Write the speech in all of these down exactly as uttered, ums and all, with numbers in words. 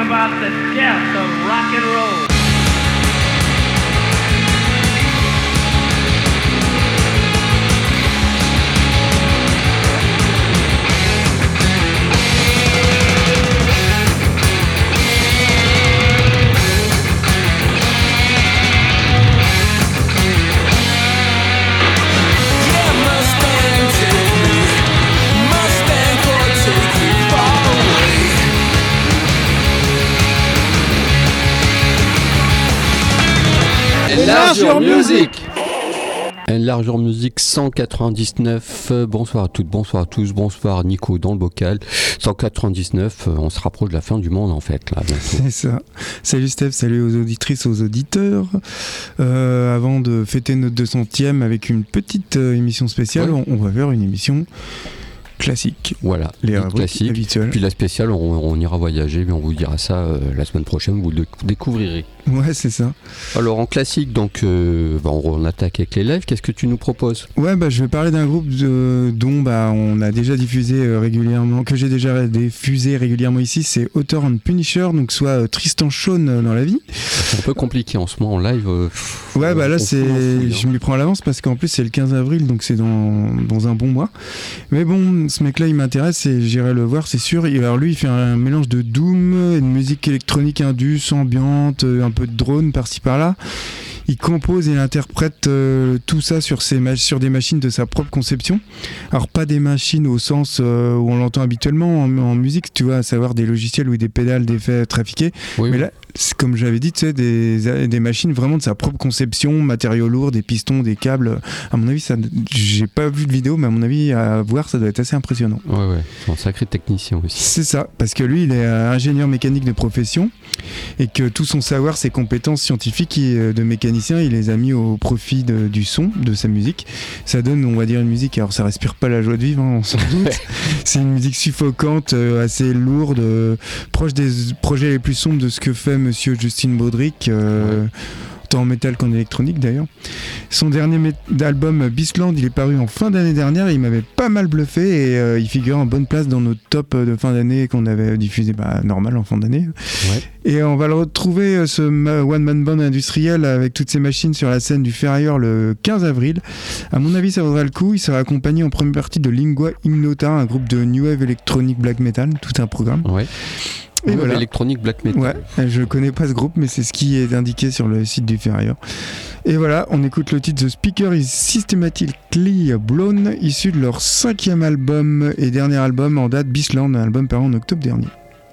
about the death of rock and roll. Enlargeur Music. Enlargeur Music cent quatre-vingt-dix-neuf. Bonsoir à toutes, bonsoir à tous, bonsoir Nico dans le bocal. cent quatre-vingt-dix-neuf, on se rapproche de la fin du monde en fait là. Bientôt. C'est ça. Salut Steph, salut aux auditrices, aux auditeurs. Euh, avant de fêter notre deux centième avec une petite euh, émission spéciale, ouais. on, on va faire une émission classique. Voilà, les rubriques classiques. Habituelles. Puis la spéciale, on, on ira voyager, mais on vous dira ça euh, la semaine prochaine, vous le découvrirez. Ouais, c'est ça. Alors en classique, donc euh, bah, on, on attaque avec les lives. Qu'est-ce que tu nous proposes ? Ouais, bah je vais parler d'un groupe de, dont bah on a déjà diffusé euh, régulièrement, que j'ai déjà diffusé régulièrement ici. C'est Author and Punisher, donc soit euh, Tristan Shawn euh, dans la vie. C'est un peu compliqué en ce moment en live. Euh, pff, ouais, bah là c'est, fouille, je m'y prends à l'avance parce qu'en plus c'est le quinze avril, donc c'est dans dans un bon mois. Mais bon, ce mec-là il m'intéresse et j'irai le voir, c'est sûr. Et alors lui il fait un mélange de doom et de musique électronique indus, ambiante, un peu de drone par-ci par-là. Il compose et il interprète euh, tout ça sur, ses ma- sur des machines de sa propre conception. Alors pas des machines au sens euh, où on l'entend habituellement en, en musique, tu vois, à savoir des logiciels ou des pédales d'effets trafiqués. Oui, mais oui. là, c'est, comme j'avais dit, tu sais, des, des machines vraiment de sa propre conception, matériaux lourds, des pistons, des câbles. À mon avis, ça, j'ai pas vu de vidéo, mais à mon avis, à voir, ça doit être assez impressionnant. Ouais, ouais, c'est un sacré technicien aussi. C'est ça, parce que lui, il est ingénieur mécanique de profession et que tout son savoir, ses compétences scientifiques de mécanicien, il les a mis au profit de, du son, de sa musique. Ça donne, on va dire, une musique, alors ça respire pas la joie de vivre, hein, on s'en doute. C'est une musique suffocante, euh, assez lourde, euh, proche des projets les plus sombres de ce que fait monsieur Justin Baudric, euh, ouais. Tant en métal qu'en électronique d'ailleurs. Son dernier mé- album Beastland, il est paru en fin d'année dernière et il m'avait pas mal bluffé et euh, il figure en bonne place dans notre top de fin d'année qu'on avait diffusé bah, normal en fin d'année. Ouais. Et on va le retrouver, ce one-man band industriel avec toutes ces machines sur la scène du Ferrailleur le quinze avril. À mon avis, ça vaudra le coup. Il sera accompagné en première partie de Lingua Ignota, un groupe de New Wave électronique black metal, tout un programme. Ouais. Et voilà. Électronique black metal. Ouais, je connais pas ce groupe, mais c'est ce qui est indiqué sur le site du Ferrailleur. Et voilà, on écoute le titre The Speaker is Systematically Blown, issu de leur cinquième album et dernier album en date, Beastland, un album paru en octobre dernier.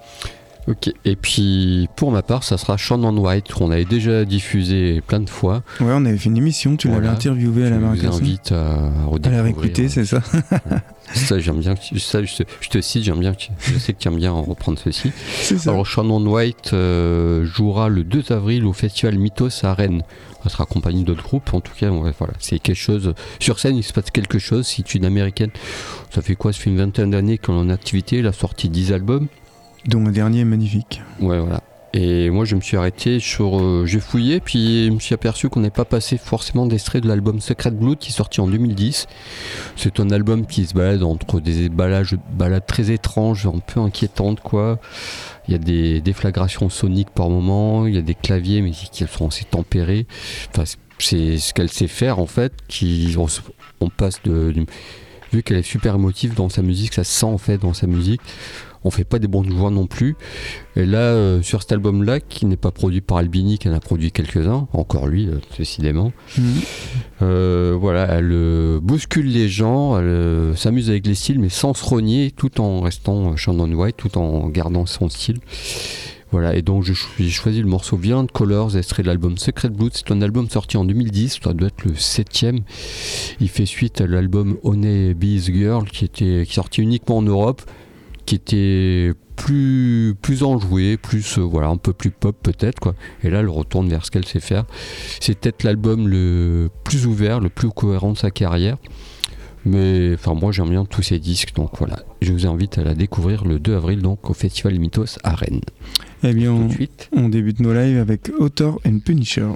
Ok, et puis pour ma part, ça sera Shawn on White, qu'on avait déjà diffusé plein de fois. Ouais, on avait fait une émission, tu voilà. l'avais interviewé à la Maracasson. Je vous invite à, à la réécouter, c'est ça. Ça, j'aime bien, ça, je, te, je te cite, j'aime bien, je sais que tu aimes bien reprendre ceci. C'est ça. Alors, Shawn on White euh, jouera le deux avril au festival Mythos à Rennes. Ça sera accompagné d'autres groupes, en tout cas, ouais, voilà, c'est quelque chose. Sur scène, il se passe quelque chose. C'est une américaine, ça fait quoi? Ça fait une vingtaine d'années qu'elle est en activité, elle a sorti dix albums. Dont le dernier est magnifique. Ouais, voilà. Et moi, je me suis arrêté sur... Euh, j'ai fouillé, puis je me suis aperçu qu'on n'est pas passé forcément d'extrait de l'album Secret Blood qui est sorti en deux mille dix. C'est un album qui se balade entre des balades, balades très étranges, un peu inquiétantes, quoi. Il y a des déflagrations soniques par moment, il y a des claviers, mais qui sont assez tempérés. Enfin, c'est ce qu'elle sait faire, en fait. Qui, on, on passe de... Vu qu'elle est super émotive dans sa musique, ça se sent, en fait, dans sa musique. On fait pas des bons voix non plus. Et là, euh, sur cet album-là, qui n'est pas produit par Albini, qui en a produit quelques-uns, encore lui, euh, décidément. Mmh. Euh, voilà, elle euh, bouscule les gens, elle euh, s'amuse avec les styles, mais sans se renier, tout en restant euh, Shawn on White, tout en gardant son style. Voilà, et donc j'ai choisi le morceau Violent Colors, extrait de l'album Secret Blood. C'est un album sorti en deux mille dix, ça doit être le septième. Il fait suite à l'album Honey Bees Girl, qui était qui est sorti uniquement en Europe, qui était plus plus enjoué, plus euh, voilà, un peu plus pop peut-être, quoi. Et là elle retourne vers ce qu'elle sait faire. C'est peut-être l'album le plus ouvert, le plus cohérent de sa carrière. Mais enfin moi j'aime bien tous ces disques, donc voilà. Je vous invite à la découvrir le deux avril donc au Festival Mythos à Rennes. Eh bien on, on débute nos lives avec Author and Punisher.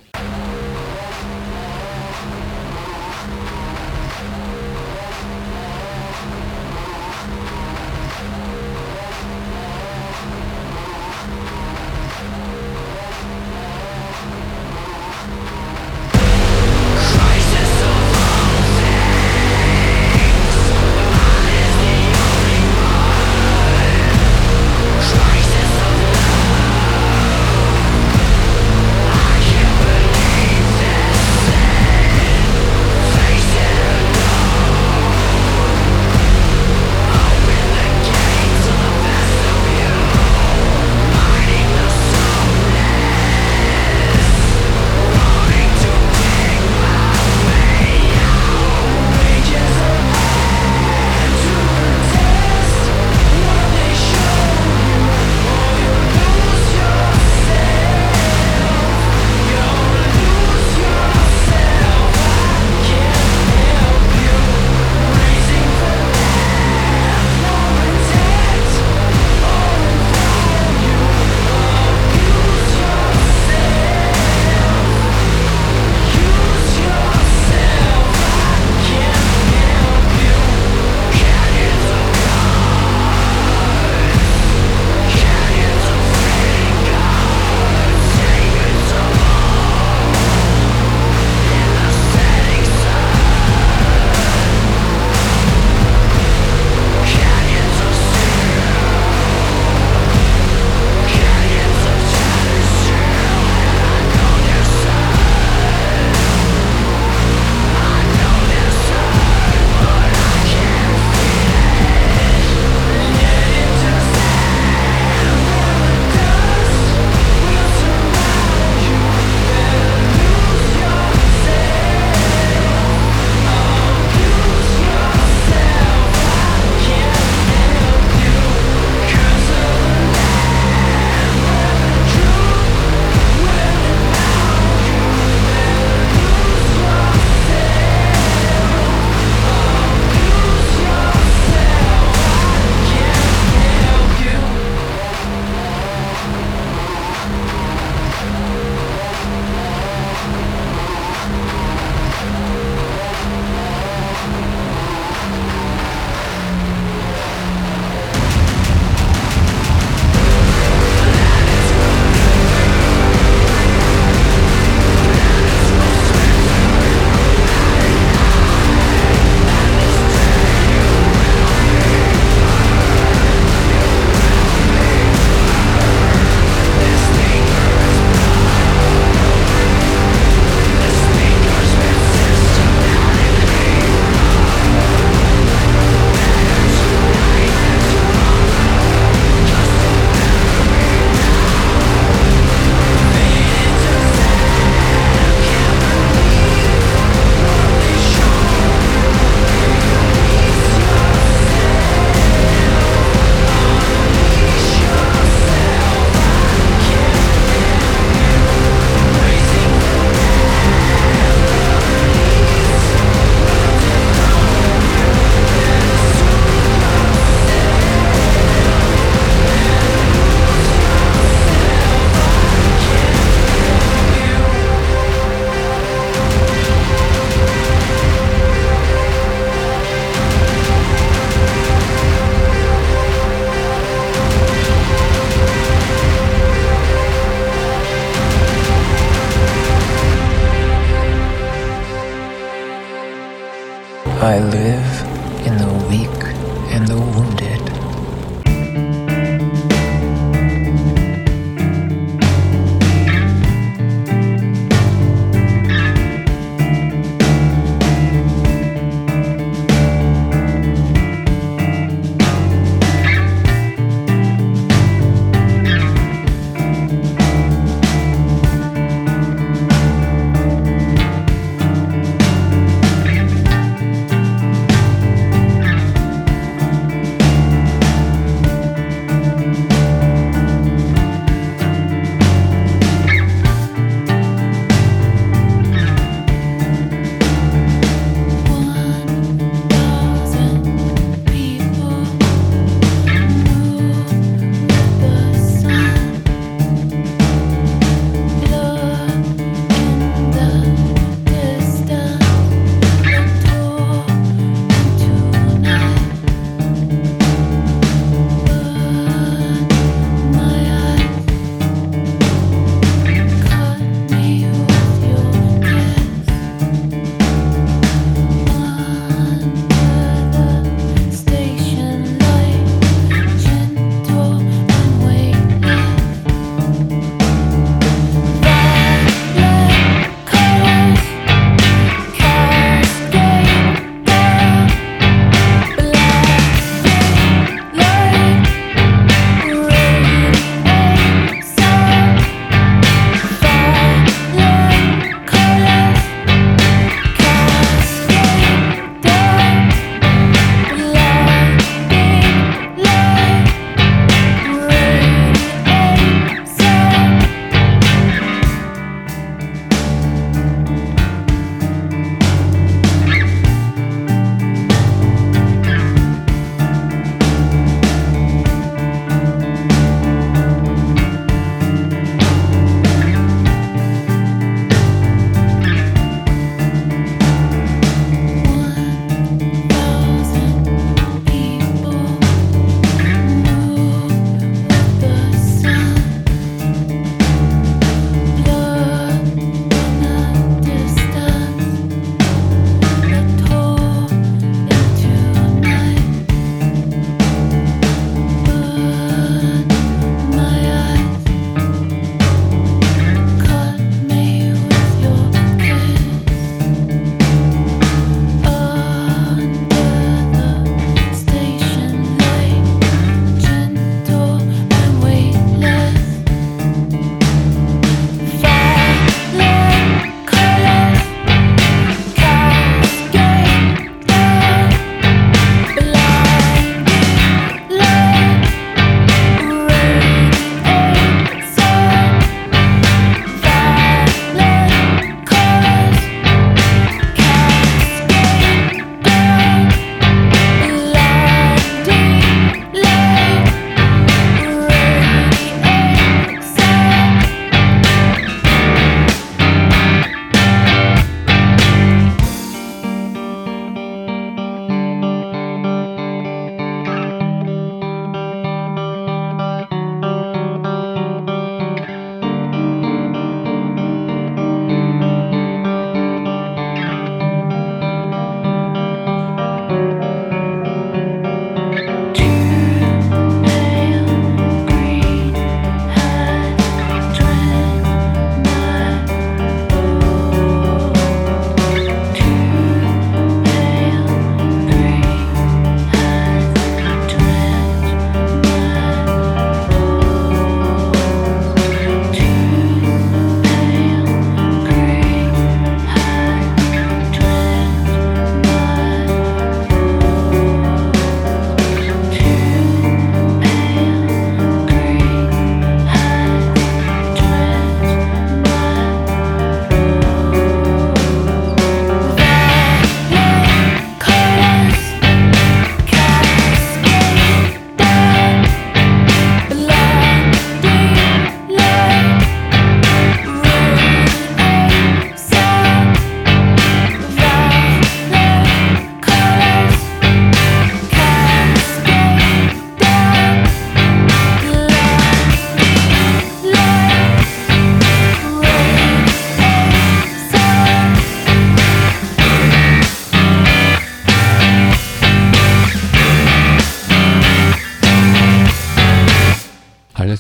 I live in the weak and the wounded.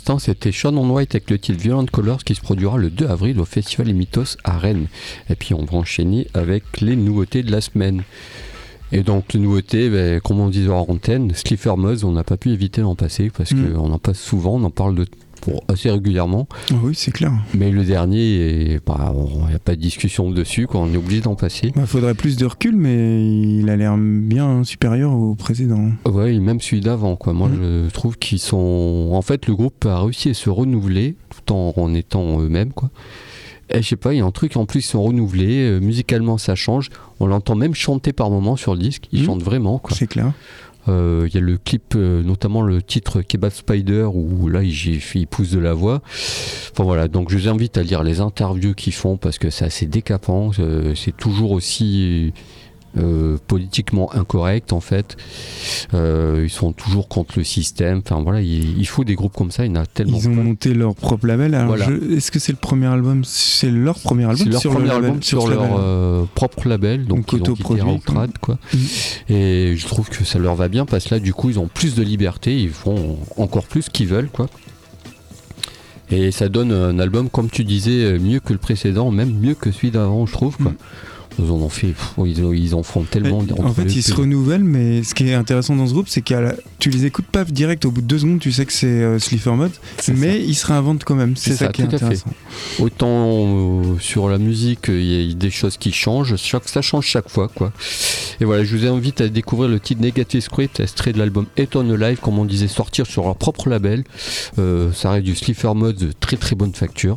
l'instant, c'était Shaun on White avec le titre Violent Colors qui se produira le deux avril au Festival Mythos à Rennes. Et puis on va enchaîner avec les nouveautés de la semaine. Et donc les nouveautés, ben, comme on disait en antenne, Slipher Mods, on n'a pas pu éviter d'en passer parce mmh. qu'on en passe souvent, on en parle de pour assez régulièrement. Oh oui, c'est clair. Mais le dernier, il bah, n'y a pas de discussion dessus, quoi, on est obligé d'en passer. Il bah, faudrait plus de recul, mais il a l'air bien supérieur au précédent. Oui, même celui d'avant. Quoi. Moi, mmh. je trouve qu'ils sont... En fait, le groupe a réussi à se renouveler tout en, en étant eux-mêmes, quoi. Et je sais pas, il y a un truc en plus, ils sont renouvelés, euh, musicalement ça change, on l'entend même chanter par moments sur le disque, ils mmh. chantent vraiment, quoi. C'est clair. Il euh, y a le clip, euh, notamment le titre Kebab Spider, où là il, il pousse de la voix. Enfin voilà, donc je vous invite à lire les interviews qu'ils font parce que c'est assez décapant, euh, c'est toujours aussi euh, politiquement incorrect en fait. Euh, ils sont toujours contre le système. Enfin voilà, il, il faut des groupes comme ça, il y en a tellement. Ils ont pas. monté leur propre label. Alors voilà. je, est-ce que c'est le premier album? C'est leur premier album C'est leur sur premier le album label, sur, sur leur euh, propre label, donc, donc ils ont quitté Rautrad, quoi. Mmh. Et je trouve que ça leur va bien parce que là, du coup, ils ont plus de liberté, ils font encore plus ce qu'ils veulent, quoi. Et ça donne un album, comme tu disais, mieux que le précédent, même mieux que celui d'avant, je trouve, quoi. Mmh. Ils en ont fait, ils, ils en font tellement. Mais, en fait, ils se renouvellent, mais ce qui est intéressant dans ce groupe, c'est que tu les écoutes pas direct au bout de deux secondes, tu sais que c'est euh, Slipher Mods, mais ça. Ils se réinventent quand même. C'est, c'est ça, ça qui est intéressant. Fait. Autant euh, sur la musique, il y a des choses qui changent, chaque, ça change chaque fois, quoi. Et voilà, je vous invite à découvrir le titre Negative Script, extrait de l'album Eternal Live, comme on disait, sortir sur leur propre label. Euh, ça reste du Slipher Mods de très très bonne facture.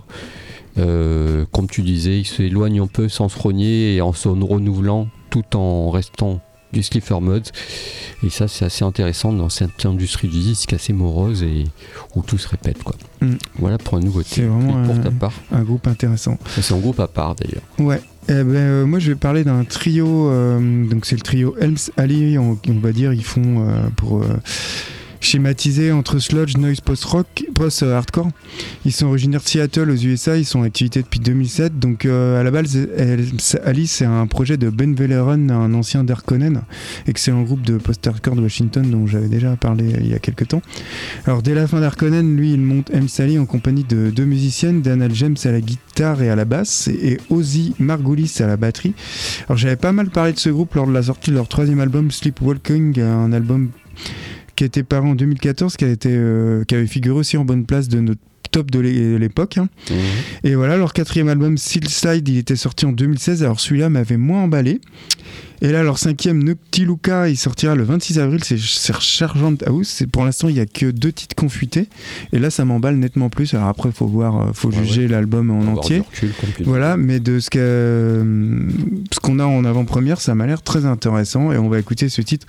Euh, comme tu disais, il s'éloigne un peu sans se rogner et en se renouvelant tout en restant du Slipher Mods. Et ça, c'est assez intéressant dans cette industrie du disque assez morose et où tout se répète, quoi. Mm. Voilà pour une nouveauté. C'est vraiment pour un, ta part. un groupe intéressant. C'est un groupe à part d'ailleurs. Ouais. Eh ben, euh, moi je vais parler d'un trio. Euh, donc c'est le trio Helms Alley. On, on va dire ils font euh, pour. Euh, schématisé entre sludge, noise, post-rock, post-hardcore. Ils sont originaires de Seattle aux U S A, ils sont en activité depuis deux mille sept. Donc euh, à la base, Alice, c'est un projet de Ben Velleron, un ancien d'Harkonnen, excellent groupe de post-hardcore de Washington dont j'avais déjà parlé il y a quelques temps. Alors dès la fin d'Harkonnen, lui il monte M. Sally en compagnie de deux musiciennes, Dana James à la guitare et à la basse et Ozzy Margulis à la batterie. Alors j'avais pas mal parlé de ce groupe lors de la sortie de leur troisième album Sleepwalking, un album qui a été paru en deux mille quatorze, qui, a été, euh, qui avait figuré aussi en bonne place de notre top de l'époque. Hein. Mmh. Et voilà, leur quatrième album, Sealside, il était sorti en deux mille seize, alors celui-là m'avait moins emballé. Et là, leur cinquième, Noctiluca, il sortira le vingt-six avril, c'est, c'est Sergeant House. C'est, pour l'instant, il n'y a que deux titres confutés. Et là, ça m'emballe nettement plus. Alors après, il faut voir, faut ouais, juger ouais. l'album en entier. Recul, voilà, mais de ce, que, ce qu'on a en avant-première, ça m'a l'air très intéressant. Et on va écouter ce titre,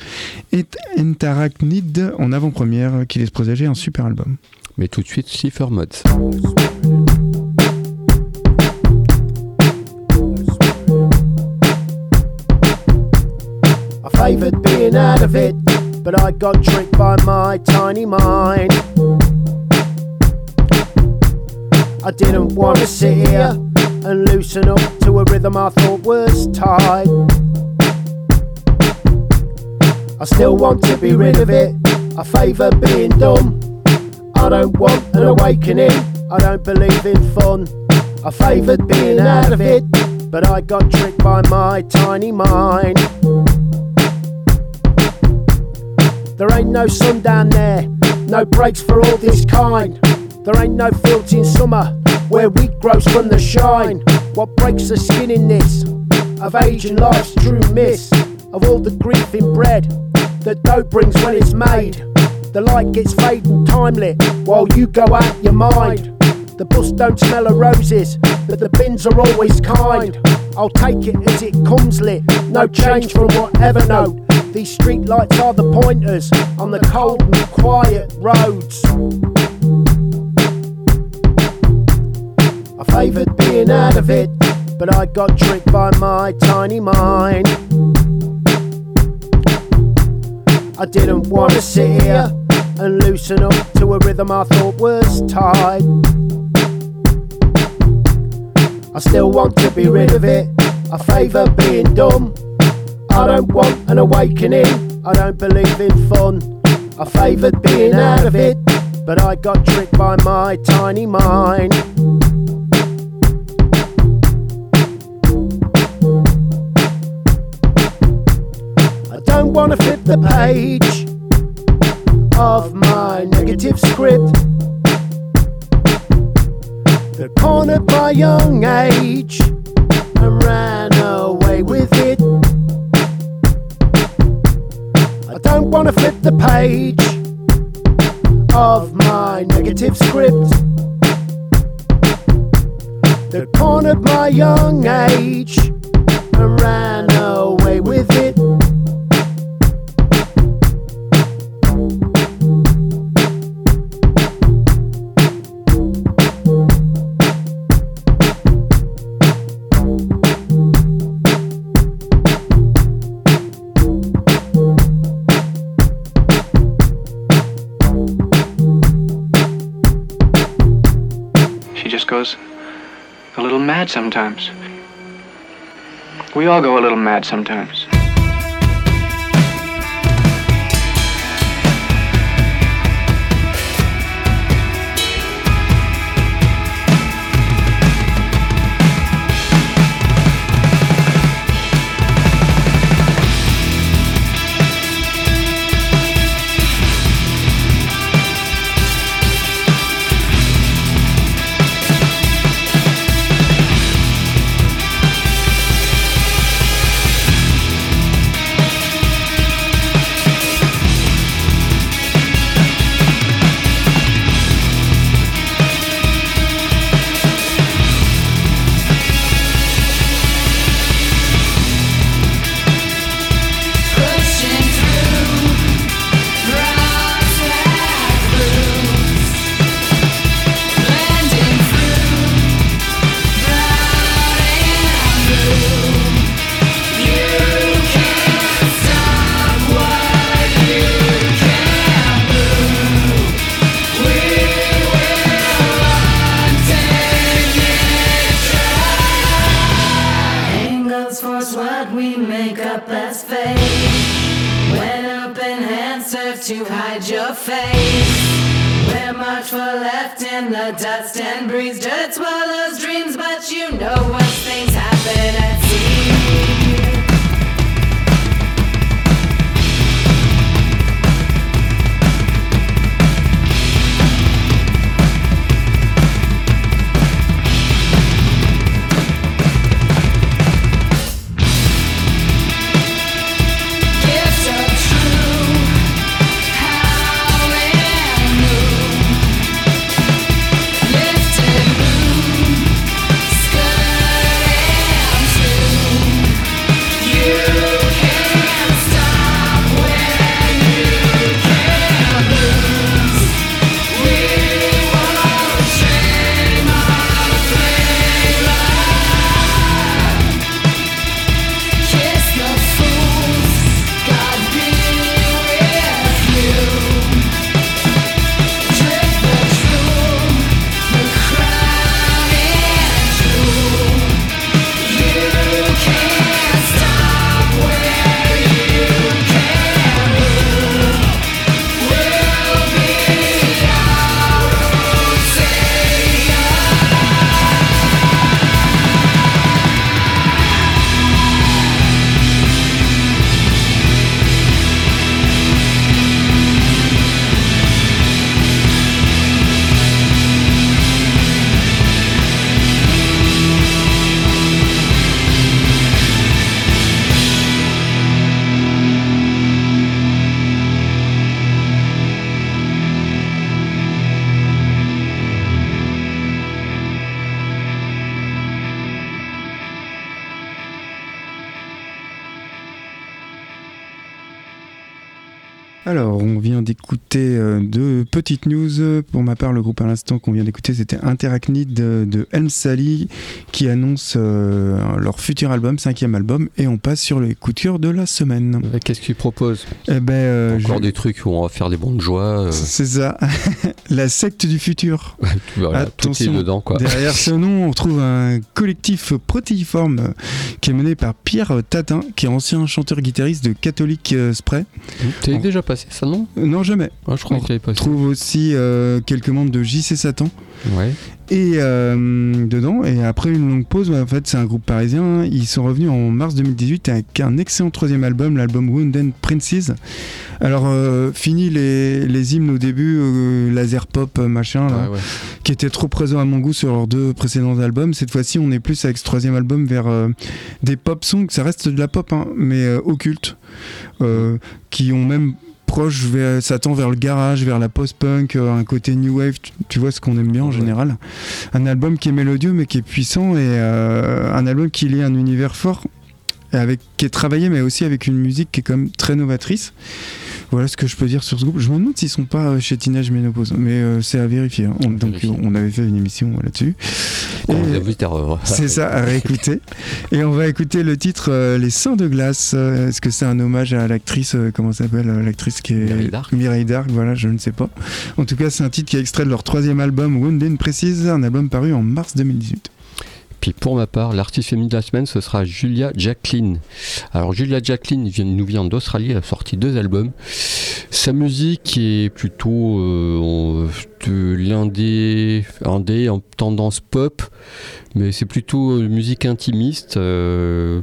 Entarachnid, en avant-première, qui laisse présager un super album. Mais tout de suite, Slipher Mods. I favoured being out of it, but I got tricked by my tiny mind. I didn't want to sit here and loosen up to a rhythm I thought was tight. I still want to be rid of it, I favour being dumb. I don't want an awakening, I don't believe in fun. I favoured being out of it, but I got tricked by my tiny mind. There ain't no sun down there, no breaks for all this kind. There ain't no fields in summer where wheat grows from the shine. What breaks the skin in this of age and life's true miss? Of all the grief inbred that dough brings when it's made. The light gets fading time-lit while you go out your mind. The bus don't smell of roses, but the bins are always kind. I'll take it as it comes lit, no change from whatever note. These street lights are the pointers on the cold and quiet roads. I favoured being out of it, but I got tricked by my tiny mind. I didn't want to sit here and loosen up to a rhythm I thought was tight. I still want to be rid of it, I favour being dumb. I don't want an awakening, I don't believe in fun. I favoured being out of it, but I got tricked by my tiny mind. I don't wanna flip the page of my negative script, that cornered my young age and ran away with it. I don't wanna flip the page of my negative script, that cornered my young age and ran away with it. Goes a little mad sometimes. We all go a little mad sometimes. To hide your face, we're much for left in the dust and breeze. Dirt swallows dreams, but you know worse things happen at sea. Alors, on vient d'écouter euh, deux petites news. Pour ma part, le groupe à l'instant qu'on vient d'écouter, c'était Interacnid de, de Helm Sally qui annonce euh, leur futur album, cinquième album, et on passe sur les coups de cœur de la semaine. Et qu'est-ce qu'ils proposent ? Eh ben, euh, Encore je... des trucs où on va faire des bons de joie. Euh... C'est ça, la secte du futur. Voilà, attention, tout est dedans, quoi. Derrière ce nom, on trouve un collectif protéiforme euh, qui est mené par Pierre Tatin, qui est ancien chanteur-guitariste de Catholic euh, Spray. T'es en... déjà passé passé ça, non? Euh, non, jamais. Ah, je crois On que tu l'avais passé. trouve aussi euh, quelques membres de J C Satan. Ouais. Et euh, dedans, et après une longue pause, ouais, en fait c'est un groupe parisien, ils sont revenus en mars deux mille dix-huit avec un excellent troisième album, l'album Wounded Princes. Alors euh, fini les, les hymnes au début, euh, laser pop machin, là, Ouais, ouais. qui étaient trop présents à mon goût sur leurs deux précédents albums. Cette fois-ci on est plus avec ce troisième album vers euh, des pop songs, ça reste de la pop hein, mais euh, occulte, euh, qui ont même proche vers, ça tend vers le garage, vers la post-punk, euh, un côté new wave, tu, tu vois ce qu'on aime bien en Ouais. général. Un album qui est mélodieux mais qui est puissant et euh, un album qui lie un univers fort, et avec, qui est travaillé mais aussi avec une musique qui est quand même très novatrice. Voilà ce que je peux dire sur ce groupe. Je me demande s'ils sont pas euh, chez Teenage Ménopause, mais euh, c'est à vérifier. Hein. On, donc Vérifier. on avait fait une émission euh, là-dessus. On Et- a vu terreur. c'est ça, à réécouter. Et on va écouter le titre euh, Les Sangs de glace. Euh, Est-ce que c'est un hommage à l'actrice, euh, comment s'appelle euh, l'actrice qui est Mireille Darc. Mireille Darc, voilà, je ne sais pas. En tout cas, c'est un titre qui est extrait de leur troisième album, Wounded Precise, un album paru en mars deux mille dix-huit. Puis pour ma part, l'artiste féminine de la semaine, ce sera Julia Jacqueline. Alors Julia Jacqueline vient, nous vient d'Australie, elle a sorti deux albums. Sa musique est plutôt euh, de l'indé, indé en tendance pop, mais c'est plutôt une musique intimiste. Euh,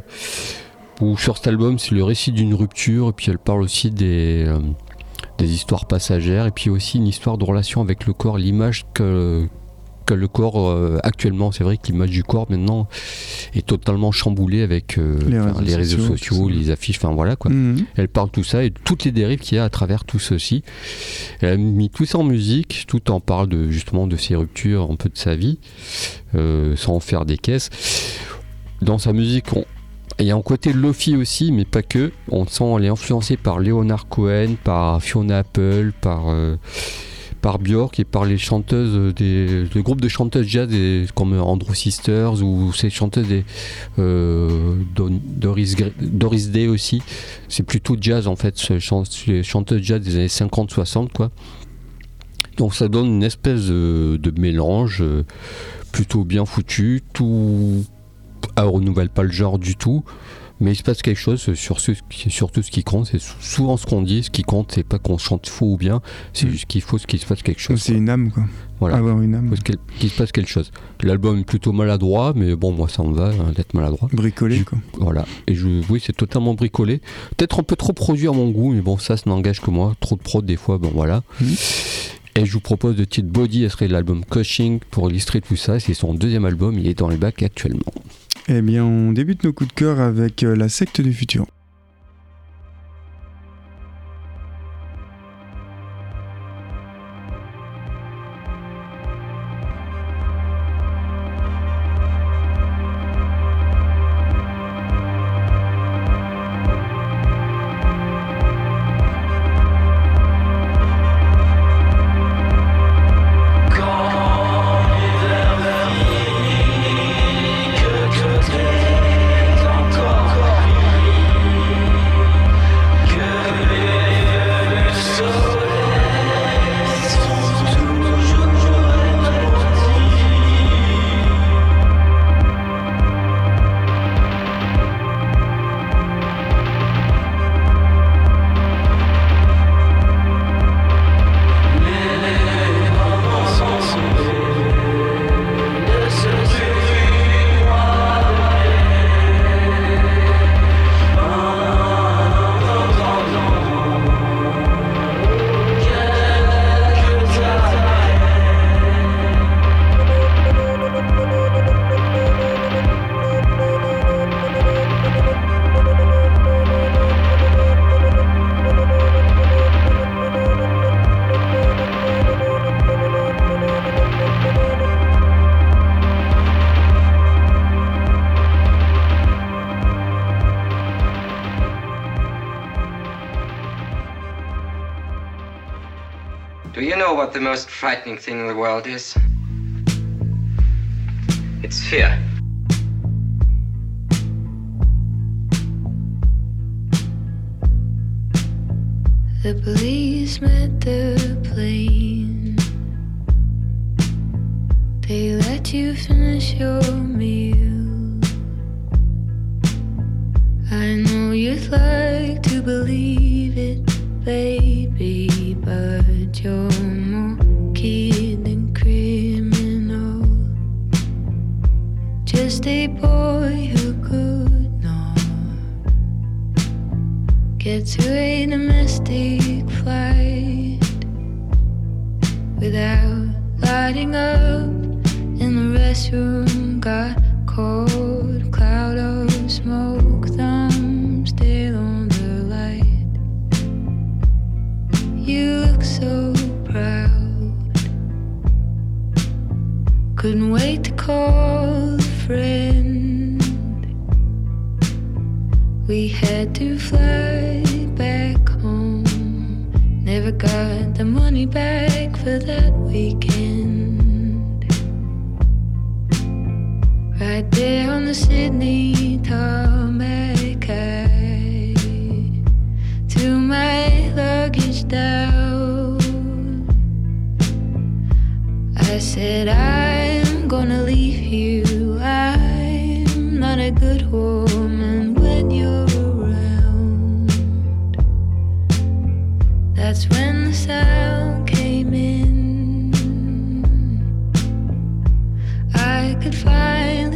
où sur cet album, c'est le récit d'une rupture, et puis elle parle aussi des, euh, des histoires passagères, et puis aussi une histoire de relation avec le corps, l'image que... que le corps euh, actuellement, c'est vrai que l'image du corps maintenant est totalement chamboulée avec euh, Les enfin, réseaux les réseaux sociaux, sociaux, tout ça. les affiches, enfin voilà quoi. Mhm. Elle parle de tout ça et de toutes les dérives qu'il y a à travers tout ceci. Elle a mis tout ça en musique, tout en parle de, justement de ses ruptures, un peu de sa vie, euh, sans en faire des caisses. Dans sa musique, on, il y a un côté lofi aussi, mais pas que. On sent elle est influencée par Leonard Cohen, par Fiona Apple, par euh, par Björk et par les chanteuses des le groupe de chanteuses jazz des, comme Andrew Sisters ou ces chanteuses des euh, Don- Doris Gre- Doris Day aussi. C'est plutôt jazz en fait, ce chan- les chanteuses jazz des années cinquante soixante quoi. Donc ça donne une espèce de, de mélange euh, plutôt bien foutu, tout elle renouvelle pas le genre du tout. Mais il se passe quelque chose sur, ce, sur tout ce qui compte. C'est souvent ce qu'on dit. Ce qui compte, c'est pas qu'on chante faux ou bien. C'est Mm. juste qu'il faut qu'il se passe quelque chose. C'est une âme, quoi. Voilà. Avoir une âme. Il faut qu'il qu'il se passe quelque chose. L'album est plutôt maladroit, mais bon, moi ça me va hein, d'être maladroit. Bricolé, Je- quoi. Voilà. Et je, oui, c'est totalement bricolé. Peut-être un peu trop produit à mon goût, mais bon, ça, ça n'engage que moi. Trop de prod, des fois, bon voilà. Mm. Et je vous propose le titre Body, ce serait l'album Cushing pour illustrer tout ça. C'est son deuxième album, il est dans le bac actuellement. Eh bien, on débute nos coups de cœur avec euh, la secte du futur. Do you know what the most frightening thing in the world is? It's fear. The police met the plane. They let you finish your meal. I know you'd like to believe it, baby, but you're more kid than criminal. Just a boy who could not get to a domestic flight without lighting up in the restroom. Got cold, cloud of smoke, thumb still on the light. You look so proud. Couldn't wait to call a friend. We had to fly back home. Never got the money back for that weekend. Right there on the Sydney tarmac, I threw my luggage down. I said, I'm gonna leave you. I'm not a good woman when you're around. That's when the sound came in. I could finally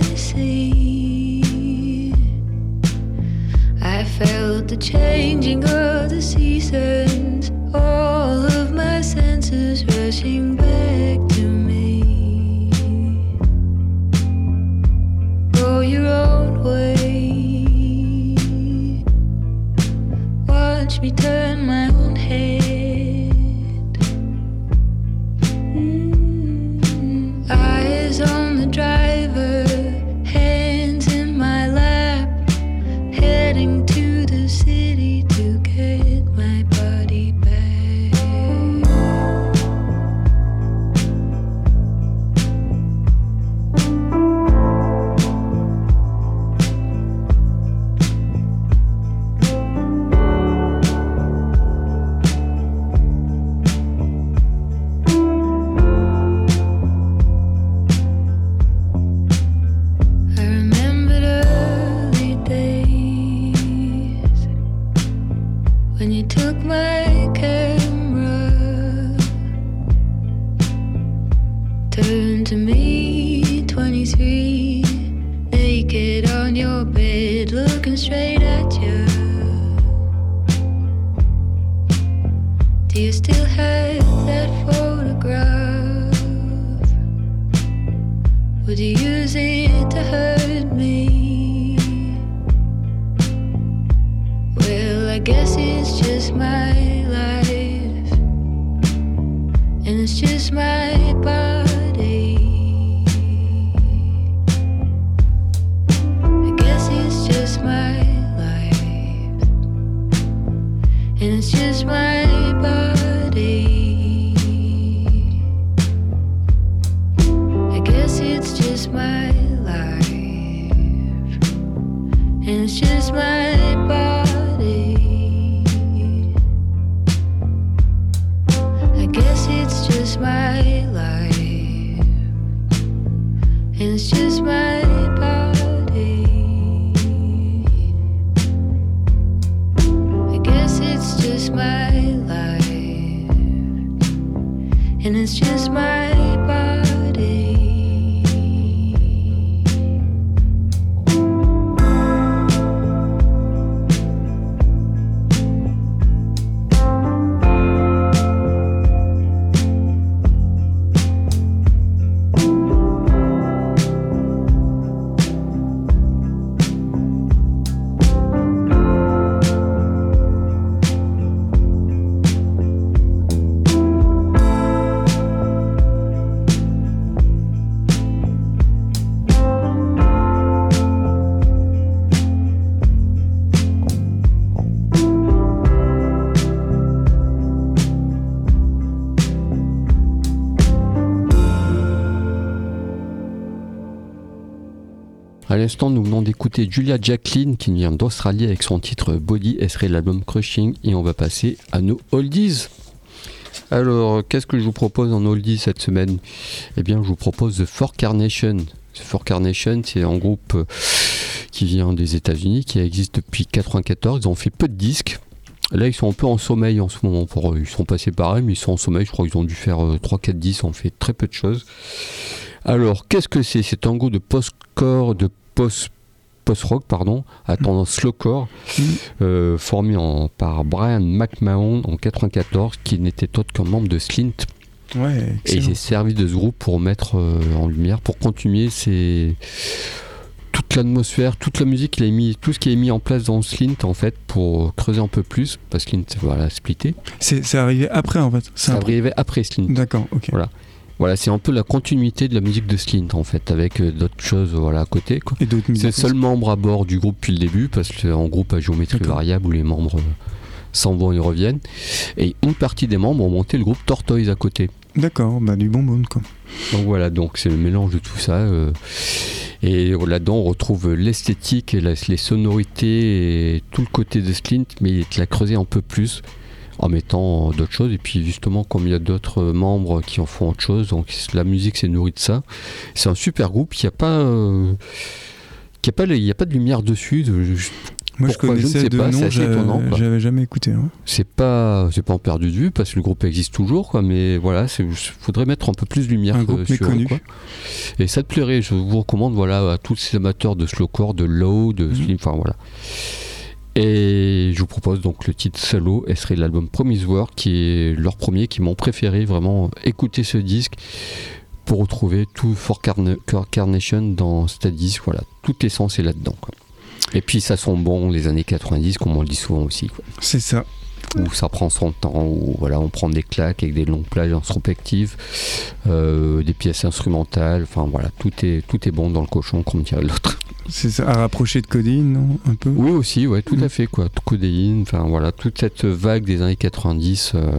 see. I felt the changing of the seasons, all of my senses rushing back to me. Go your own way. Watch me turn my own head. Mm. Eyes on the driver, hands in my lap, heading to the city to get my body back. I remembered early days when you took my camera, turned to me, twenty-three, naked on your bed, looking straight at you. Do you still have that photograph? Would you use it to hurt me? Well, I guess it's just my life, and it's just my body. I guess it's just my life, and it's just my body. I guess it's just my life, and it's just my body. I guess it's just my life, and it's just my body. I guess it's just my life, and it's just my body. À l'instant, nous venons d'écouter Julia Jacqueline qui vient d'Australie avec son titre Body, elle serait l'album Crushing, et on va passer à nos oldies. Alors, qu'est-ce que je vous propose en oldies cette semaine ? Eh bien, je vous propose The Four Carnation. The Four Carnation, c'est un groupe qui vient des États-Unis, qui existe depuis quatre-vingt-quatorze. Ils ont fait peu de disques. Là, ils sont un peu en sommeil en ce moment. Pour eux. Ils sont pas séparés, mais ils sont en sommeil. Je crois qu'ils ont dû faire euh, trois quatre dix. On fait très peu de choses. Alors, qu'est-ce que c'est ? C'est un groupe de post-core, de post, post-rock, pardon, à tendance slowcore, mmh. euh, formé en, par Brian McMahon en quatre-vingt-quatorze, qui n'était autre qu'un membre de Slint. Ouais, et il s'est servi de ce groupe pour mettre euh, en lumière, pour continuer ses... toute l'atmosphère, toute la musique, il a mis, tout ce qui est mis en place dans Slint en fait pour creuser un peu plus, parce que Slint voilà splitté. C'est, c'est arrivé après en fait. C'est ça arrivé après Slint. D'accord, ok. Voilà. Voilà, c'est un peu la continuité de la musique de Slint en fait, avec euh, d'autres choses voilà, à côté. Quoi. Et d'autres musiques. C'est le seul membre à bord du groupe depuis le début, parce que c'est un groupe à géométrie D'accord. variable où les membres euh, s'en vont et reviennent. Et une partie des membres ont monté le groupe Tortoise à côté. D'accord, bah du bonbon quoi. Donc voilà, donc c'est le mélange de tout ça. Euh, et là-dedans, on retrouve l'esthétique, et la, les sonorités et tout le côté de Slint, mais il l'a creusé un peu plus en mettant d'autres choses. Et puis justement, comme il y a d'autres membres qui en font autre chose, donc la musique s'est nourrie de ça. C'est un super groupe. Il n'y a pas, euh, il y a pas, il y a pas de lumière dessus. De, je, Moi je connaissais je ne sais de pas, nom, c'est assez étonnant. Quoi. J'avais jamais écouté. Hein. C'est pas, c'est pas en perdu de vue parce que le groupe existe toujours, quoi. Mais voilà, il faudrait mettre un peu plus de lumière un groupe sur méconnu. eux, quoi. Et ça te plairait. Je vous recommande, voilà, à tous ces amateurs de slowcore, de low, de Mm-hmm. slim, enfin voilà. Et je vous propose donc le titre Solo, et serait l'album Promise World, qui est leur premier, qui m'ont préféré. Vraiment, écoutez ce disque pour retrouver tout For Carna- Carnation dans cet disque. Voilà, toute l'essence est là-dedans, quoi. Et puis ça sent bon les années quatre-vingt-dix, comme on le dit souvent aussi, quoi. C'est ça. Où ça prend son temps, où voilà, on prend des claques avec des longues plages introspectives, euh, des pièces instrumentales, enfin voilà, tout est, tout est bon dans le cochon, comme dirait l'autre. C'est ça, à rapprocher de Codéine, non ? Un peu ? Oui, aussi, ouais, tout mmh. à fait, quoi. Codéine, enfin voilà, toute cette vague des années quatre-vingt-dix, euh,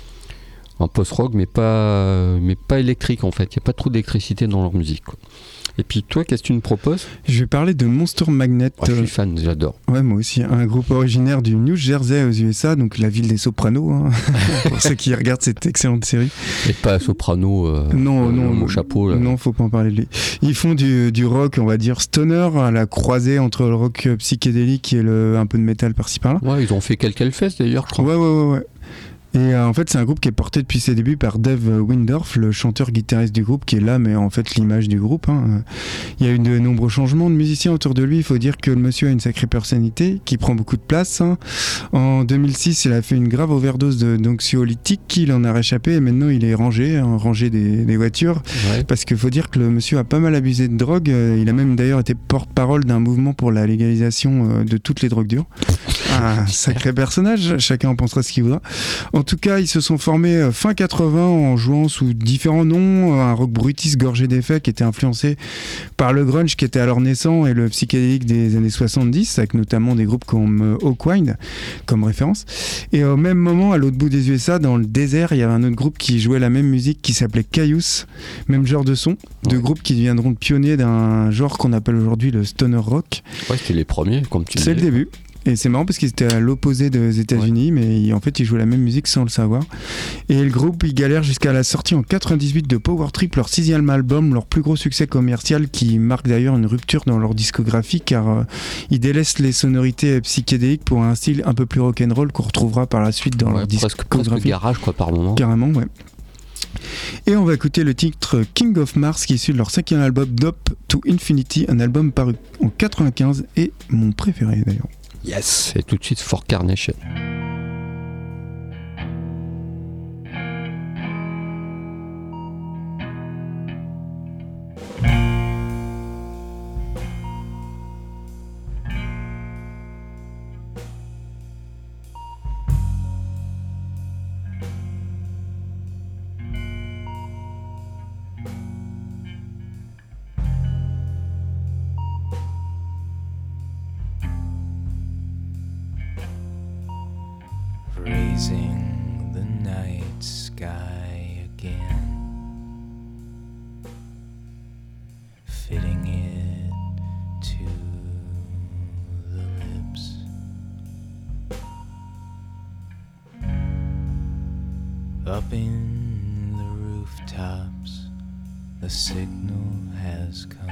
en post-rock, mais pas, mais pas électrique en fait, il n'y a pas trop d'électricité dans leur musique, quoi. Et puis toi, qu'est-ce que tu me proposes ? Je vais parler de Monster Magnet. Oh, je suis fan, j'adore. Ouais, moi aussi. Un groupe originaire du New Jersey aux U S A, donc la ville des Sopranos, hein, pour ceux qui regardent cette excellente série. Et pas Soprano, euh, non, euh, non, mon chapeau. Là. Non, faut pas en parler de lui. Ils font du, du rock, on va dire stoner, à la croisée entre le rock psychédélique et le, un peu de métal par-ci par-là. Ouais, ils ont fait quelques Hellfest d'ailleurs, je crois. Ouais, ouais, ouais, ouais. Et euh, en fait, c'est un groupe qui est porté depuis ses débuts par Dave Windorf, le chanteur-guitariste du groupe, qui est là, mais en fait l'image du groupe. Hein. Il y a eu de nombreux changements de musiciens autour de lui. Il faut dire que le monsieur a une sacrée personnalité, qui prend beaucoup de place. Hein. En deux mille six, il a fait une grave overdose de, d'anxiolytiques, il en a réchappé, et maintenant il est rangé, hein, rangé des, des voitures. Ouais. Parce qu'il faut dire que le monsieur a pas mal abusé de drogue. Il a même d'ailleurs été porte-parole d'un mouvement pour la légalisation de toutes les drogues dures. Un sacré personnage, chacun en pensera ce qu'il voudra. En tout cas, ils se sont formés fin quatre-vingts en jouant sous différents noms, un rock brutiste gorgé d'effets qui était influencé par le grunge qui était alors naissant et le psychédélique des années soixante-dix, avec notamment des groupes comme Hawkwind comme référence. Et au même moment, à l'autre bout des U S A, dans le désert, il y avait un autre groupe qui jouait la même musique qui s'appelait Caius, même genre de son, deux ouais. groupes qui deviendront pionniers d'un genre qu'on appelle aujourd'hui le stoner rock. Ouais, c'était les premiers, comme tu disais. C'est le début. Et c'est marrant parce qu'ils étaient à l'opposé des États-Unis, ouais. mais en fait ils jouaient la même musique sans le savoir. Et le groupe il galère jusqu'à la sortie en quatre-vingt-dix-huit de Power Trip, leur sixième album, leur plus gros succès commercial, qui marque d'ailleurs une rupture dans leur discographie car euh, ils délaissent les sonorités psychédéliques pour un style un peu plus rock'n'roll qu'on retrouvera par la suite dans ouais, leur presque, discographie. Presque garage quoi par moment. Carrément, ouais. Et on va écouter le titre King of Mars qui est issu de leur cinquième album Dope to Infinity, un album paru en quatre-vingt-quinze et mon préféré d'ailleurs. Yes, et tout de suite For Carnation. Raising the night sky again, fitting it to the lips, up in the rooftops, the signal has come.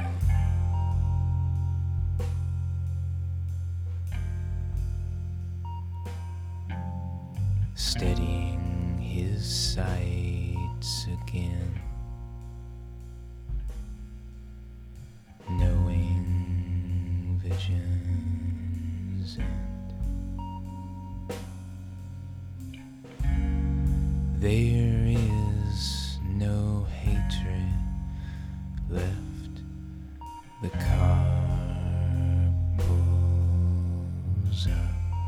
steadying his sights again, knowing visions end. There is no hatred left. The car pulls up.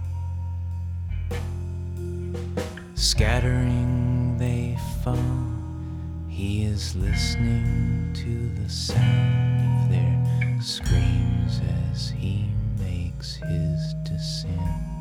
Scattering they fall. He is listening to the sound of their screams as he makes his descent.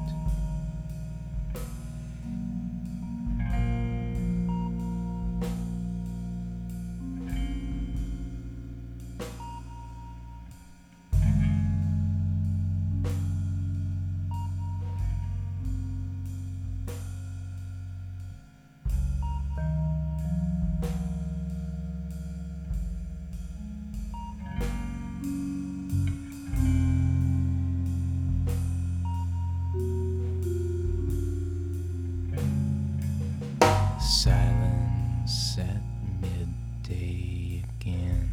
Silence at midday again,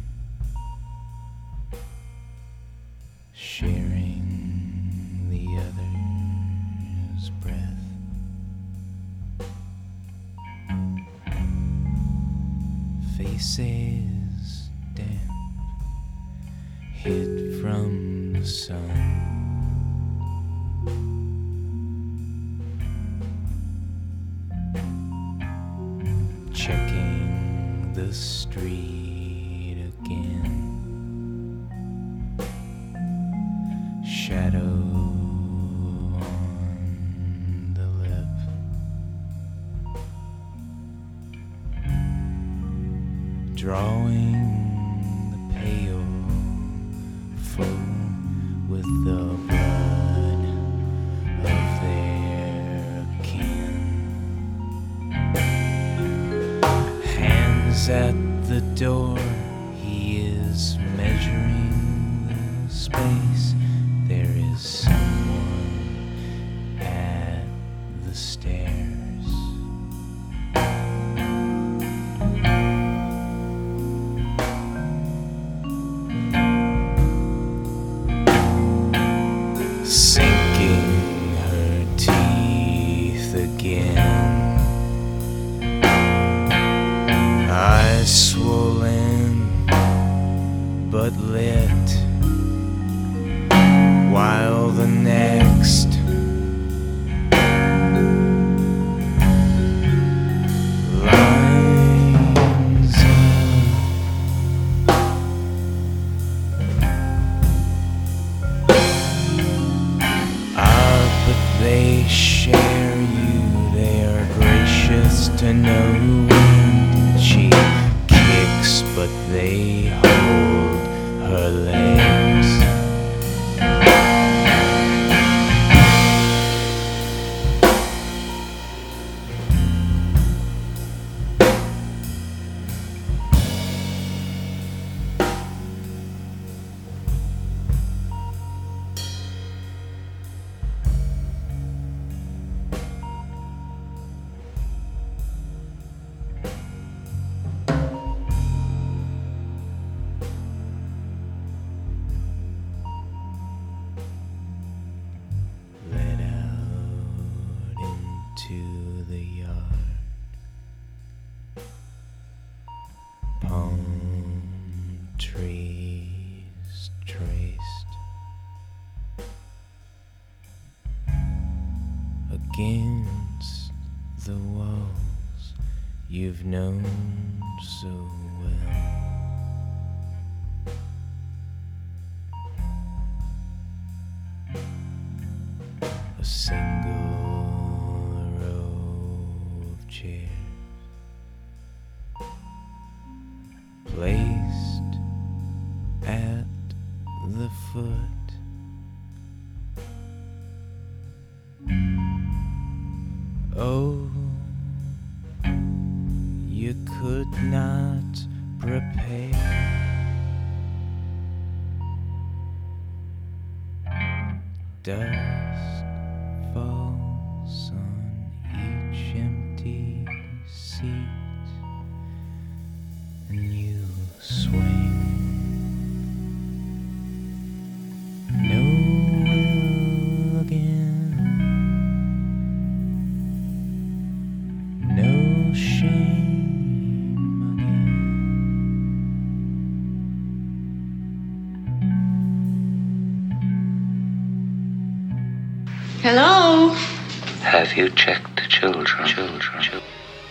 sharing the other's breath. Faces damp, hid from the sun. Checking the street again. Shadow on the lip. Drawing the pale foe with the blood of their kin. At the door, he is measuring the space. There is someone at the stairs. Sinking her teeth again. Eyes swollen but lit, while the next lines up. Ah, but they share you, they are gracious to no end. She kicks, but they hold her legs. To the yard, palm trees traced against the walls you've known so well. A single chairs placed at the foot. Oh, you could not prepare. Dusk falls on each Hello? Have you checked the children? Children, children.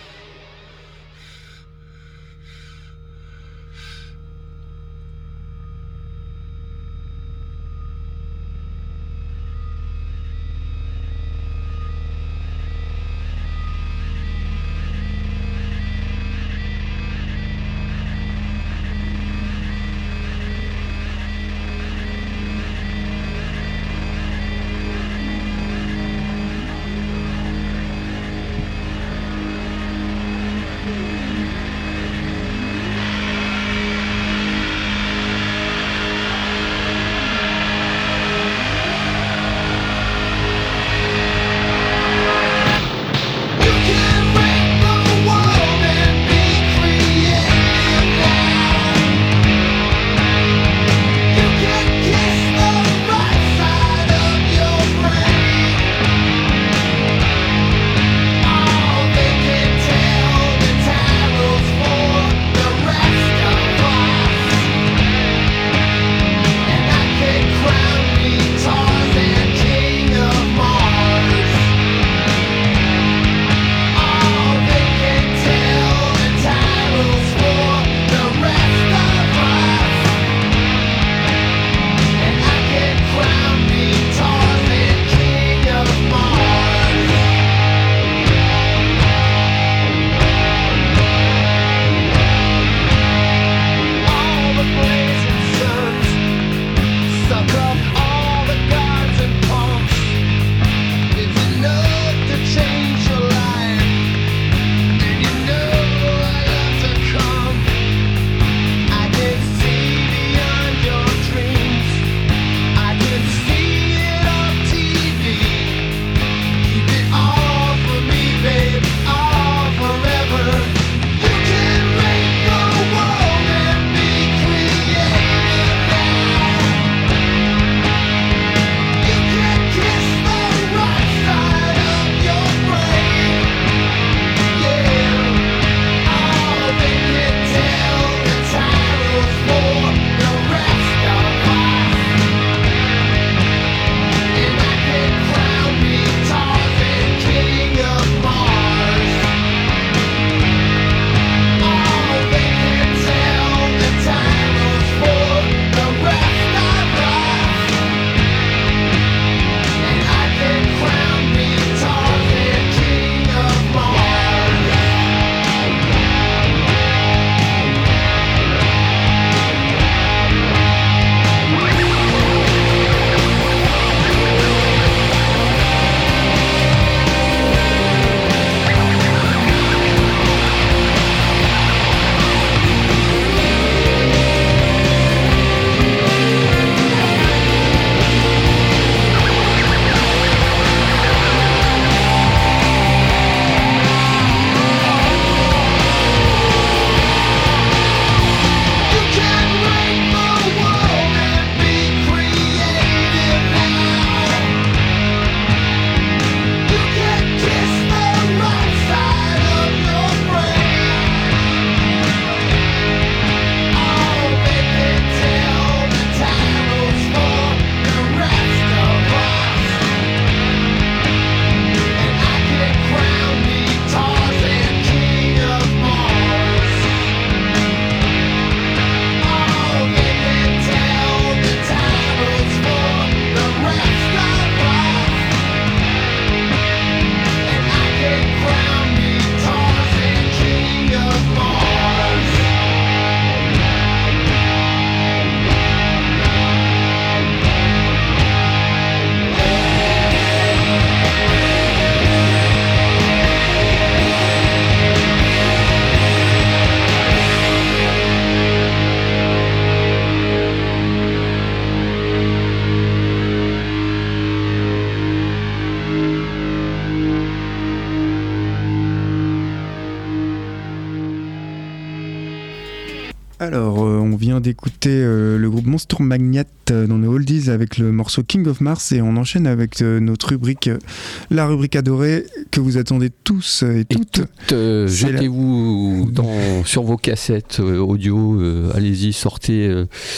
Alors, euh, on vient d'écouter euh, le groupe Monster Magnet euh, dans nos oldies avec le morceau King of Mars et on enchaîne avec euh, notre rubrique, euh, la rubrique adorée que vous attendez tous et toutes. Et toutes euh, jetez-vous la... dans, sur vos cassettes euh, audio, euh, allez-y, sortez, euh,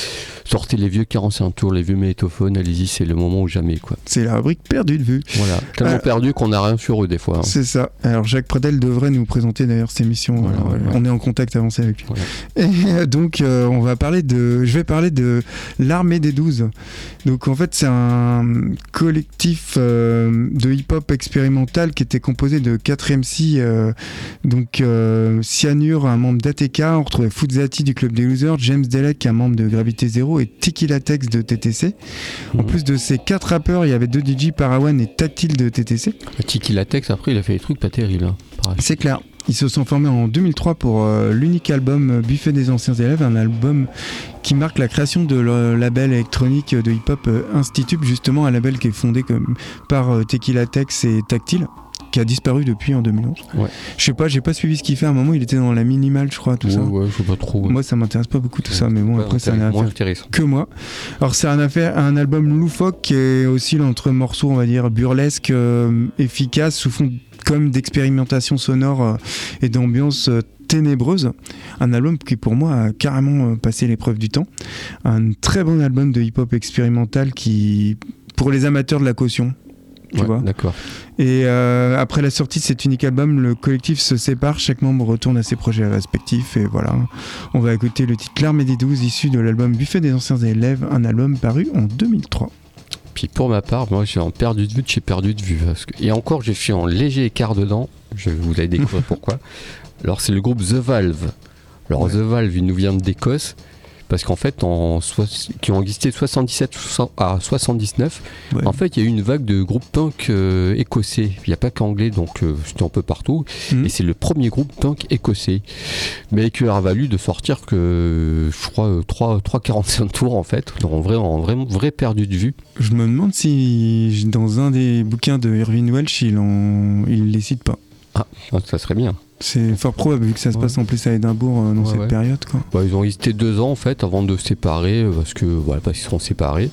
sortez les vieux quarante-cinq tours, les vieux magnétophones, allez-y, c'est le moment ou jamais, quoi. C'est la rubrique perdue de vue. Voilà, tellement Euh, perdu qu'on n'a rien sur eux des fois. Hein. C'est ça. Alors Jacques Pradel devrait nous présenter d'ailleurs cette émission. Voilà, Alors, voilà. On est en contact avancé avec lui. Voilà. Et euh, donc euh, on va parler de, je vais parler de l'Armée des douze. Donc en fait c'est un collectif euh, de hip-hop expérimental qui était composé de quatre M C. Euh, donc euh, Cyanure, un membre d'A T K, on retrouvait Fuzati du Club des Losers, James Delec, un membre de Gravité Zéro, et Tiki Latex de T T C. En Mhm. plus de ces quatre rappeurs, il y avait deux D J, Parawan et Tactile de T T C. Tiki Latex, après, il a fait des trucs pas terribles. Hein. Pareil. C'est clair. Ils se sont formés en deux mille trois pour euh, l'unique album euh, Buffet des anciens élèves, un album qui marque la création de le label électronique de hip-hop euh, Institut, justement un label qui est fondé comme, par euh, Tequila Tex et Tactile, qui a disparu depuis en deux mille onze. Ouais. Je sais pas, j'ai pas suivi ce qu'il fait. À un moment, il était dans la minimale, je crois, tout ouais, ça. ouais, je sais pas trop. Ouais. Moi, ça m'intéresse pas beaucoup tout ça, mais bon, Ouais, après, ça n'a moins affaire intéressant. que moi. Alors, c'est un, affaire, un album loufoque qui est aussi entre morceaux, on va dire, burlesques, euh, efficaces, sous fond comme d'expérimentation sonore euh, et d'ambiance euh, ténébreuse. Un album qui, pour moi, a carrément euh, passé l'épreuve du temps. Un très bon album de hip-hop expérimental qui, pour les amateurs de la caution, tu Ouais, vois. d'accord. Et euh, après la sortie de cet unique album, le collectif se sépare, chaque membre retourne à ses projets respectifs, et voilà. On va écouter le titre L'Armée des douze, issu de l'album Buffet des anciens élèves, un album paru en deux mille trois. Puis pour ma part, moi j'ai en perdu de vue, j'ai perdu de vue. Parce que... Et encore, j'ai fait en léger écart dedans. Je vous allez découvrir pourquoi. Alors c'est le groupe The Valve. Alors Ouais. The Valve, il nous vient d'Écosse. Parce qu'en fait, en so... qui ont existé de soixante-dix-sept à soixante-dix-neuf, Ouais. en fait, il y a eu une vague de groupes punk euh, écossais. Il n'y a pas qu'anglais, donc euh, c'était un peu partout. Mhm. Et c'est le premier groupe punk écossais. Mais qui leur a valu de sortir que, je crois, euh, trois quarante-cinq tours en fait. En vrai, en vrai, vrai perdu de vue. Je me demande si dans un des bouquins de Irving Welsh, il en... il les cite pas. Ah, ça serait bien. C'est fort probable, vu que ça se Ouais. passe en plus à Édimbourg euh, dans Ouais, cette ouais. période, quoi. Bah, ils ont hésité deux ans en fait avant de se séparer euh, parce que voilà, parce qu'ils seront séparés.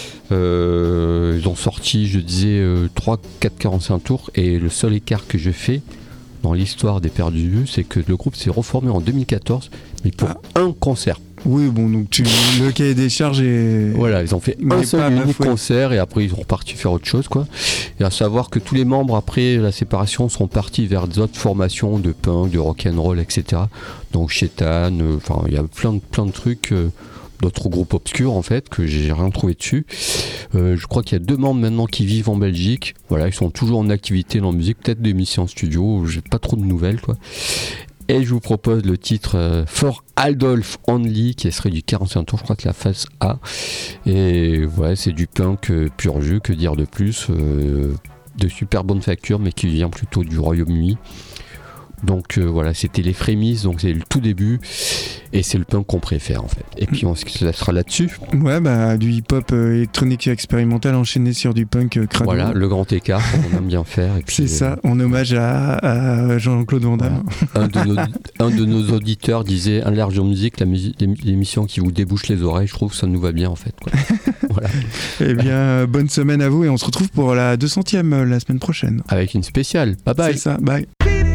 Euh, ils ont sorti, je disais, euh, trois quatre quarante-cinq tours, et le seul écart que je fais dans l'histoire des Perdus de Vue, c'est que le groupe s'est reformé en deux mille quatorze, mais pour Ah. un concert. Oui, bon, donc tu... le cahier des charges est... Voilà, ils ont fait Mais un pas seul à et ma unique foi. concert, et après ils ont reparti faire autre chose, quoi. Et à savoir que tous les membres après la séparation sont partis vers d'autres formations de punk, de rock'n'roll, et cetera. Donc Shetan, enfin il y a plein de plein de trucs. Euh, d'autres groupes obscurs en fait que j'ai rien trouvé dessus. Euh, je crois qu'il y a deux membres maintenant qui vivent en Belgique. Voilà, ils sont toujours en activité dans la musique, peut-être des missions en studio. J'ai pas trop de nouvelles, quoi. Et je vous propose le titre euh, For Adolf Only, qui serait du quarante-cinq tours, je crois que la phase A. Et ouais, c'est du punk euh, pur jus, que dire de plus, euh, de super bonne facture, mais qui vient plutôt du Royaume-Uni. Donc euh, voilà, c'était les Frémis, donc c'est le tout début, et c'est le punk qu'on préfère en fait. Et puis on se laissera là-dessus. Ouais, bah du hip-hop euh, électronique expérimental enchaîné sur du punk euh, crado. Voilà, le grand écart, comme on aime bien faire. Et puis, C'est ça, en hommage à, à Jean-Claude Van Damme. Voilà. Un, de nos, un de nos auditeurs disait un large en musique, la musique, l'émission qui vous débouche les oreilles. Je trouve que ça nous va bien en fait, quoi. Voilà. Eh bien, euh, bonne semaine à vous, et on se retrouve pour la deux centième euh, la semaine prochaine. Avec une spéciale. Bye bye. C'est ça, bye.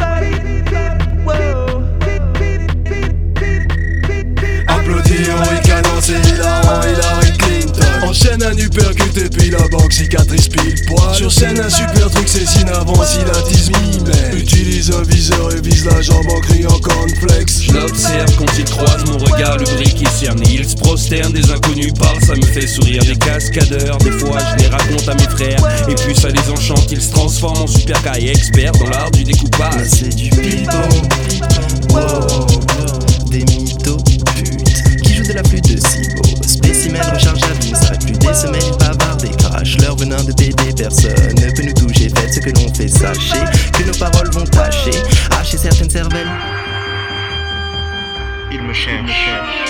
Applaudir en ricanant, c'est hilarant, Hillary Clinton. Enchaîne un uppercut et puis la banque cicatrice pile poil. Sur scène un super truc, c'est sinavant, si la dix mais utilise un viseur et vise la jambe en criant cornflakes. Je l'observe quand il croise mon regard, le brick est cerné. Il se prosterne, des inconnus parlent, ça me fait sourire. Des cascadeurs, des fois je les raconte à mes frères, et puis ça les enchante, ils se transforment en super caille expert dans l'art du découpage. Là c'est du people, wow, des mythos putes qui jouent de la flûte de Cibo. Spécimen rechargeable, ils ne s'arrêtent plus des semaines, ils bavardent et crachent. Leur venin de bébé, personne ne peut nous toucher. Faites ce que l'on fait, sachez que nos paroles vont tâcher, hacher certaines cervelles. Il me cherche.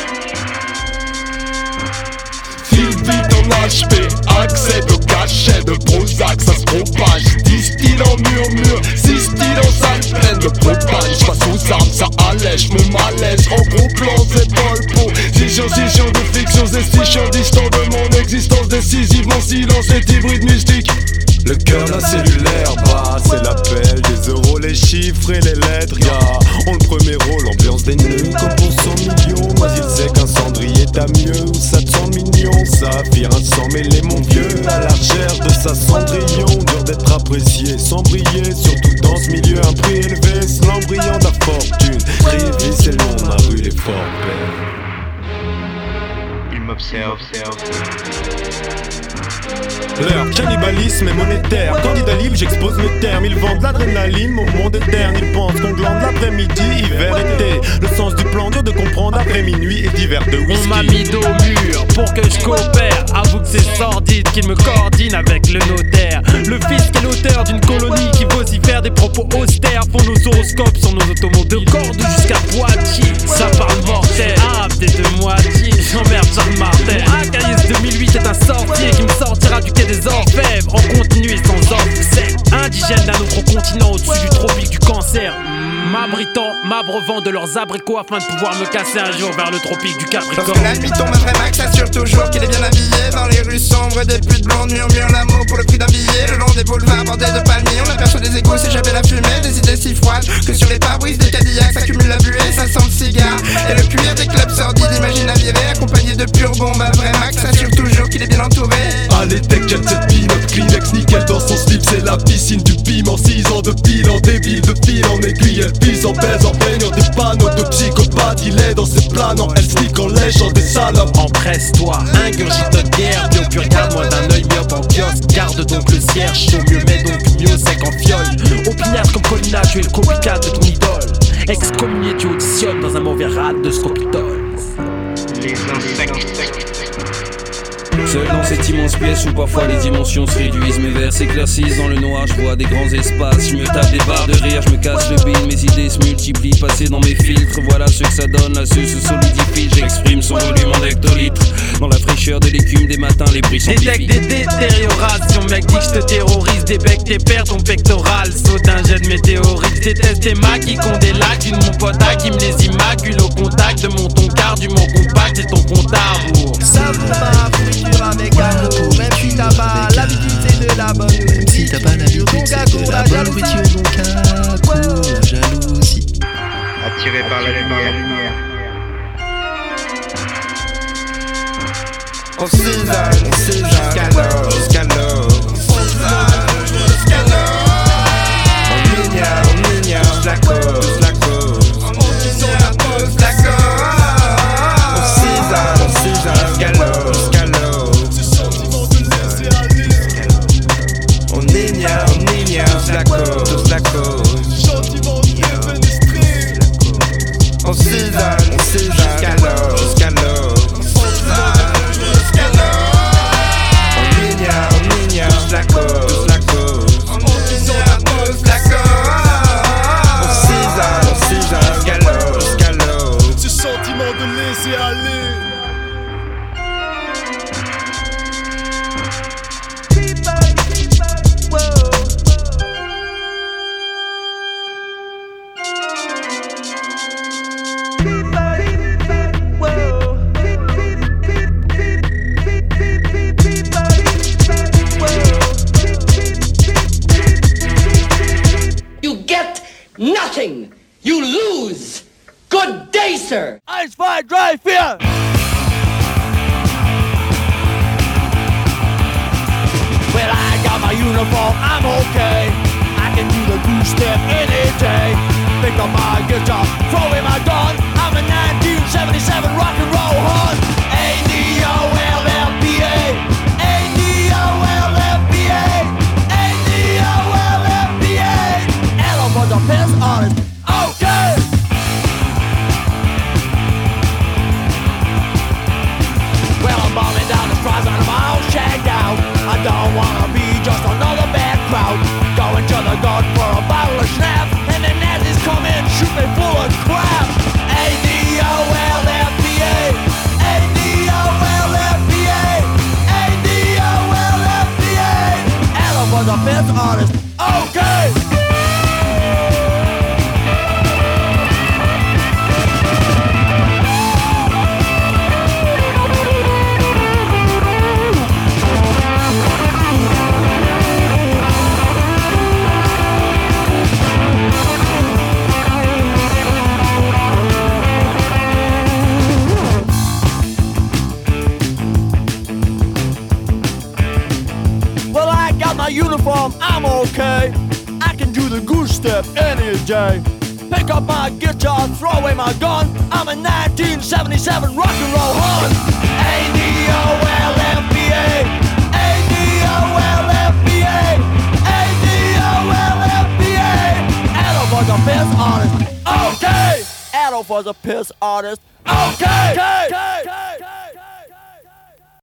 File vite en H P, accède au cachet de Prozac, ça se propage. Distille en murmure, sistyle en salle pleine de propane. J'passe aux armes, ça allège mon malaise. En gros plan, c'est pas le pot. Scission, scission de fiction, c'est stichant distant de mon existence décisive. Mon silence est hybride mystique. Le cœur, la cellulaire, bah c'est l'appel des euros, les chiffres et les lettres. Ya, on le premier rôle, l'ambiance des nœuds comme pour cent millions. Moi il sait qu'un cendrier t'as mieux ou ça te semble mignon. Saphir sans mêler mon vieux à la recherche de sa cendrillon. Dur d'être apprécié sans briller, surtout dans ce milieu un prix élevé. C'est l'embryon de la fortune. Rivis c'est long, ma rue est fort belle. Il m'observe, observe. Leur cannibalisme est monétaire. Candidat libre, j'expose mes termes. Ils vendent l'adrénaline, mon monde éterne. Ils pensent qu'on glande l'après-midi, hiver, été. Le sens du plan dur de comprendre après minuit et d'hiver de whisky. On m'a mis dos au mur pour que je coopère. Avoue que c'est sordide qu'il me coordine avec le notaire. Le fisc est l'auteur d'une colonie qui vocifère des propos austères. Font nos horoscopes sur nos automobiles. De Cordoue jusqu'à Poitiers, ça parle mortel. Ah, t'es de moitié, j'emmerde Jean Martel. Ah, Caïs deux mille huit est un sorcier qui me sortira du quai des orfèvres en continu et sans offset. Indigènes d'un autre continent au-dessus du tropique du cancer, m'abritant, m'abreuvant de leurs abricots afin de pouvoir me casser un jour vers le tropique du Capricorne. Lorsque la nuit tombe, un vrai Max assure toujours qu'il est bien habillé. Dans les rues sombres, des putes blondes murmurent l'amour pour le prix d'un billet. Le long des boulevards bordés de palmiers, on aperçoit des égouts si j'avais la fumée. Des idées si froides que sur les pare-brises des Cadillacs s'accumule la buée. Ça sent le cigare et le cuir des clubs sordides. Imagine à virer accompagné de pure bombe. Un vrai Max assure toujours qu'il est bien entouré. Allez tech, jet set, pin-up, Kleenex, nickel dans son slip. C'est la piscine du piment, six ans de bilan. Débile de fil en aiguille, elle pisse en baise en baignant des panneaux de psychopathe. Il est dans ses planants, elle sneak en léchant des salopes. Empresse-toi, ingurgite de guerre. Bien que regarde-moi d'un œil myope en kiosque. Garde donc le cierge, au mieux mets donc mieux sec en fiole. Opiniâtre comme Colina, tu es le copycat de ton idole. Excommunié, tu auditionnes dans un mauvais rad de Scopitol. Les insectes. Seul dans cette immense pièce où parfois les dimensions se réduisent, mes vers s'éclaircissent dans le noir, je vois des grands espaces. Je me tape des barres de rire, je me casse le bide, mes idées se multiplient, passées dans mes filtres. Voilà ce que ça donne, là ce se solidifie, j'exprime son volume en hectolitres. Dans la fraîcheur de l'écume des matins, les prix sont Détecte des détériorations, mec dit que je te terrorise. Des becs, tes perds, ton pectoral, saute un jet de météorite. Déteste tes maquis qu'on des lacs, une mon pote qui me les immacule au contact de mon ton car du mon compact et ton compte à rebours. Ça vous m'a friture avec amour. Même si t'as pas l'habitude, c'est de la bonne. Même si t'as pas l'habitude, c'est de la bonne nourriture. Donc à coup, la jalousie. Attiré par la lumière. On s'isole, on s'isole jusqu'à l'eau, jusqu'à l'eau. On s'isole jusqu'à l'eau. On ignore, on ignore la cause, la cause. On ignore la cause, la cause. On s'isole, on s'isole jusqu'à l'eau, jusqu'à l'eau. Ce sentiment de laisser aller. On ignore, on ignore la cause, la cause. Gentiment défenestré. On s'isole, on s'isole jusqu'à l'eau, jusqu'à l'eau. La cause, la cause. On ignore la cause, la cause. On s'isole, on s'isole jusqu'à l'eau, jusqu'à l'eau. Ce sentiment de laisser aller. Nothing! You lose! Good day, sir! Ice Fire Dry Fear! Well, I got my uniform, I'm okay. I can do the two-step any day. Pick up my guitar, throw in my gun. I'm a nineteen seventy-seven rock and roll hunt. A D O L L P A A D O L L P A A D O L L P A L for the piss honest. Okay! Well, I'm bombing down the fries and I'm all shagged out. I don't wanna be just another bad crowd. Going to the gun for a bottle of schnapps, and the Nazis come in, shoot me full of crap. A D O L F P A A D O L F P A A D O L F P A L for the fifth honest. Okay! step any day. Pick up my guitar, throw away my gun. I'm a nineteen seventy-seven rock and roll hun. A D O L F B A, A D O L F B A, A D O L F B A. Adolf was a piss artist. Okay. Adolf was a piss artist. Okay. okay. okay.